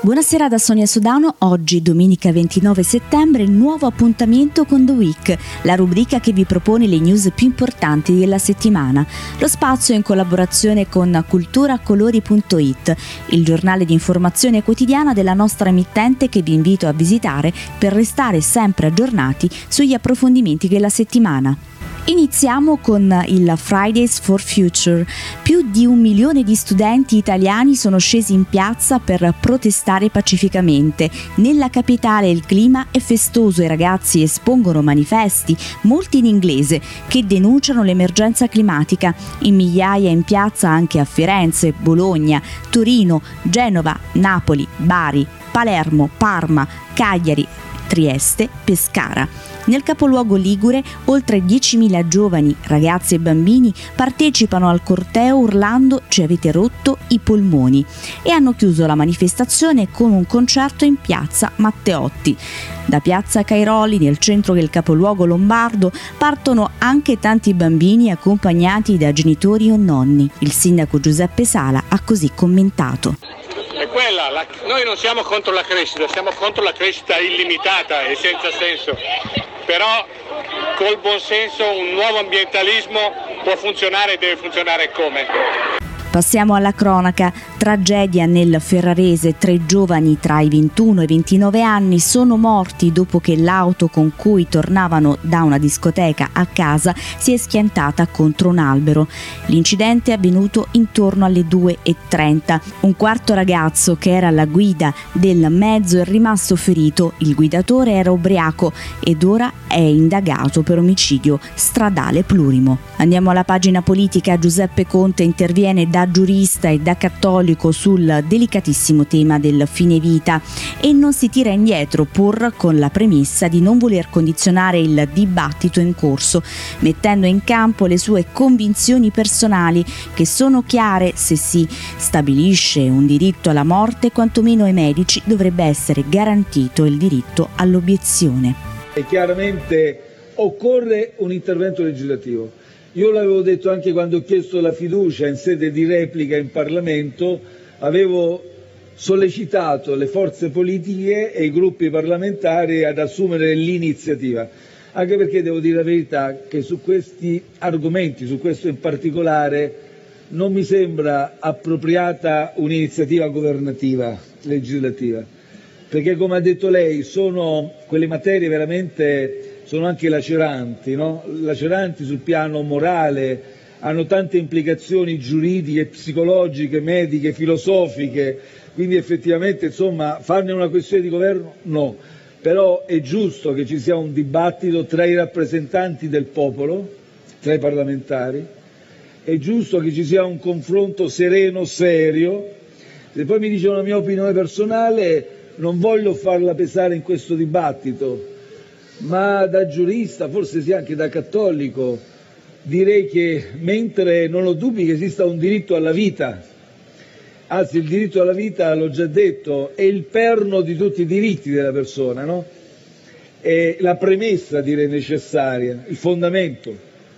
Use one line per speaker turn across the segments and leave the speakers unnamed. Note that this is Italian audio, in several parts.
Buonasera da Sonia Sodano. Oggi, domenica 29 settembre, nuovo appuntamento con The Week, la rubrica che vi propone le news più importanti della settimana. Lo spazio in collaborazione con culturacolori.it, il giornale di informazione quotidiana della nostra emittente che vi invito a visitare per restare sempre aggiornati sugli approfondimenti della settimana. Iniziamo con il Fridays for Future. Più di 1 milione di studenti italiani sono scesi in piazza per protestare pacificamente. Nella capitale il clima è festoso e i ragazzi espongono manifesti, molti in inglese, che denunciano l'emergenza climatica. In migliaia in piazza anche a Firenze, Bologna, Torino, Genova, Napoli, Bari, Palermo, Parma, Cagliari, Trieste, Pescara. Nel capoluogo ligure oltre 10.000 giovani, ragazzi e bambini partecipano al corteo urlando "ci avete rotto i polmoni" e hanno chiuso la manifestazione con un concerto in piazza Matteotti. Da piazza Cairoli, nel centro del capoluogo lombardo, partono anche tanti bambini accompagnati da genitori o nonni. Il sindaco Giuseppe Sala ha così commentato.
Noi non siamo contro la crescita, siamo contro la crescita illimitata e senza senso, però col buon senso un nuovo ambientalismo può funzionare e deve funzionare come?
Passiamo alla cronaca. Tragedia nel Ferrarese. 3 giovani tra i 21 e i 29 anni sono morti dopo che l'auto con cui tornavano da una discoteca a casa si è schiantata contro un albero. L'incidente è avvenuto intorno alle 2:30. Un quarto ragazzo che era alla guida del mezzo è rimasto ferito. Il guidatore era ubriaco ed ora è indagato per omicidio stradale plurimo. Andiamo alla pagina politica. Giuseppe Conte interviene da giurista e da cattolico sul delicatissimo tema del fine vita e non si tira indietro, pur con la premessa di non voler condizionare il dibattito in corso, mettendo in campo le sue convinzioni personali che sono chiare. Se si stabilisce un diritto alla morte, quantomeno ai medici dovrebbe essere garantito il diritto all'obiezione.
E chiaramente occorre un intervento legislativo. Io l'avevo detto anche quando ho chiesto la fiducia in sede di replica in Parlamento, avevo sollecitato le forze politiche e i gruppi parlamentari ad assumere l'iniziativa, anche perché devo dire la verità che su questi argomenti, su questo in particolare, non mi sembra appropriata un'iniziativa governativa, legislativa, perché come ha detto lei sono quelle materie veramente... sono anche laceranti, no? Laceranti sul piano morale, hanno tante implicazioni giuridiche, psicologiche, mediche, filosofiche, quindi effettivamente insomma farne una questione di governo no, però è giusto che ci sia un dibattito tra i rappresentanti del popolo, tra i parlamentari, è giusto che ci sia un confronto sereno, serio. Se poi mi dice una mia opinione personale non voglio farla pesare in questo dibattito, ma da giurista, forse sì anche da cattolico, direi che mentre non ho dubbi che esista un diritto alla vita, anzi il diritto alla vita, l'ho già detto, è il perno di tutti i diritti della persona, no? È la premessa, direi, necessaria, il fondamento.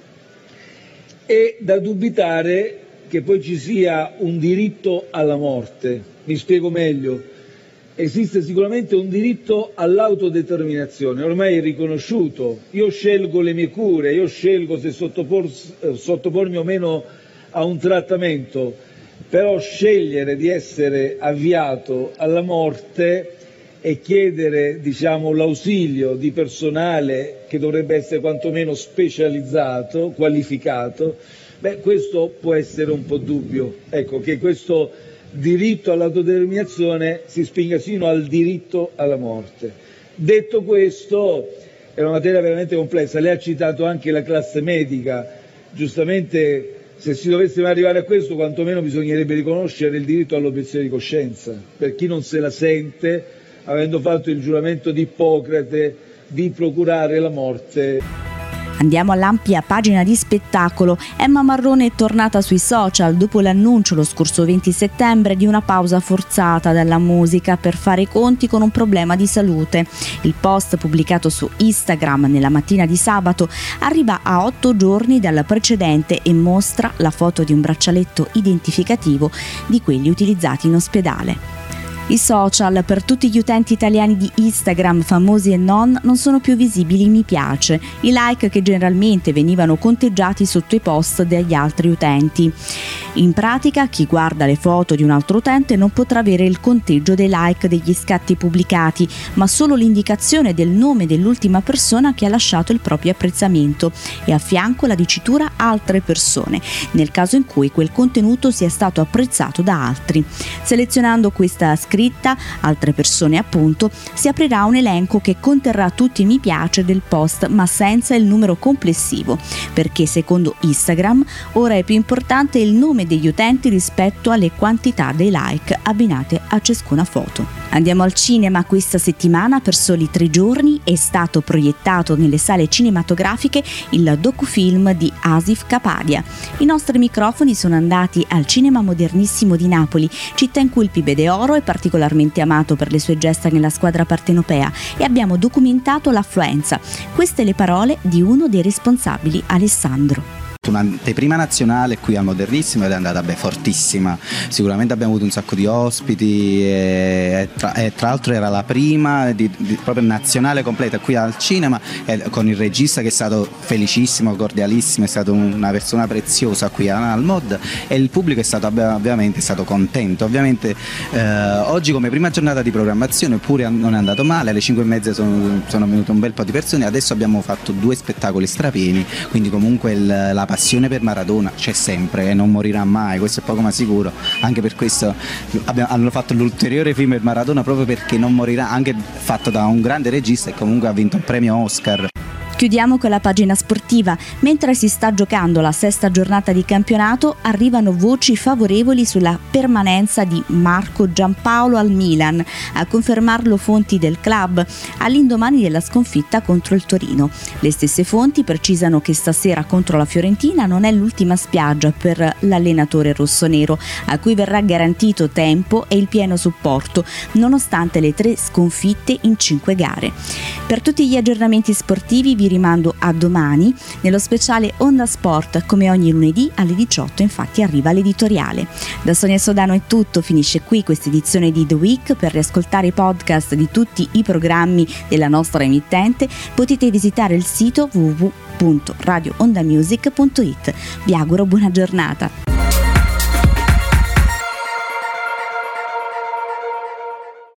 È da dubitare che poi ci sia un diritto alla morte. Mi spiego meglio. Esiste sicuramente un diritto all'autodeterminazione, ormai è riconosciuto. Io scelgo le mie cure, io scelgo se sottopormi o meno a un trattamento, però scegliere di essere avviato alla morte e chiedere, diciamo, l'ausilio di personale che dovrebbe essere quantomeno specializzato, qualificato, questo può essere un po' dubbio. Ecco, che questo diritto all'autodeterminazione si spinga sino al diritto alla morte. Detto questo, è una materia veramente complessa. Lei ha citato anche la classe medica. Giustamente, se si dovesse mai arrivare a questo, quantomeno bisognerebbe riconoscere il diritto all'obiezione di coscienza per chi non se la sente, avendo fatto il giuramento di Ippocrate, di procurare la morte.
Andiamo all'ampia pagina di spettacolo. Emma Marrone è tornata sui social dopo l'annuncio lo scorso 20 settembre di una pausa forzata dalla musica per fare i conti con un problema di salute. Il post pubblicato su Instagram nella mattina di sabato arriva a 8 giorni dal precedente e mostra la foto di un braccialetto identificativo di quelli utilizzati in ospedale. I social per tutti gli utenti italiani di Instagram, famosi e non sono più visibili i mi piace, i like che generalmente venivano conteggiati sotto i post degli altri utenti. In pratica, chi guarda le foto di un altro utente non potrà avere il conteggio dei like degli scatti pubblicati, ma solo l'indicazione del nome dell'ultima persona che ha lasciato il proprio apprezzamento e a fianco la dicitura altre persone, nel caso in cui quel contenuto sia stato apprezzato da altri. Selezionando questa scritta, altre persone appunto, si aprirà un elenco che conterrà tutti i mi piace del post ma senza il numero complessivo, perché secondo Instagram ora è più importante il nome degli utenti rispetto alle quantità dei like abbinate a ciascuna foto. Andiamo al cinema. Questa settimana per soli 3 giorni è stato proiettato nelle sale cinematografiche il docufilm di Asif Kapadia. I nostri microfoni sono andati al Cinema Modernissimo di Napoli, città in cui il Pibe d'Oro è particolarmente amato per le sue gesta nella squadra partenopea, e abbiamo documentato l'affluenza. Queste le parole di uno dei responsabili, Alessandro.
Un'anteprima nazionale qui al Modernissimo ed è andata fortissima, sicuramente abbiamo avuto un sacco di ospiti e tra l'altro era la prima proprio nazionale completa qui al cinema, con il regista che è stato felicissimo, cordialissimo, è stato una persona preziosa qui al Mod, e il pubblico è stato ovviamente contento. Ovviamente oggi come prima giornata di programmazione pure non è andato male, alle 5:30 sono venute un bel po' di persone, adesso abbiamo fatto 2 spettacoli strapieni, quindi comunque la passione per Maradona c'è sempre e non morirà mai, questo è poco ma sicuro. Anche per questo hanno fatto l'ulteriore film per Maradona, proprio perché non morirà, anche fatto da un grande regista e comunque ha vinto un premio Oscar.
Chiudiamo con la pagina sportiva. Mentre si sta giocando la 6ª giornata di campionato, arrivano voci favorevoli sulla permanenza di Marco Giampaolo al Milan. A confermarlo fonti del club, all'indomani della sconfitta contro il Torino. Le stesse fonti precisano che stasera contro la Fiorentina non è l'ultima spiaggia per l'allenatore rossonero, a cui verrà garantito tempo e il pieno supporto, nonostante le 3 sconfitte in 5 gare. Per tutti gli aggiornamenti sportivi vi rimando a domani nello speciale Onda Sport. Come ogni lunedì alle 18 infatti arriva l'editoriale. Da Sonia Sodano è tutto, finisce qui questa edizione di The Week. Per riascoltare i podcast di tutti i programmi della nostra emittente potete visitare il sito www.radioondamusic.it. Vi auguro buona giornata.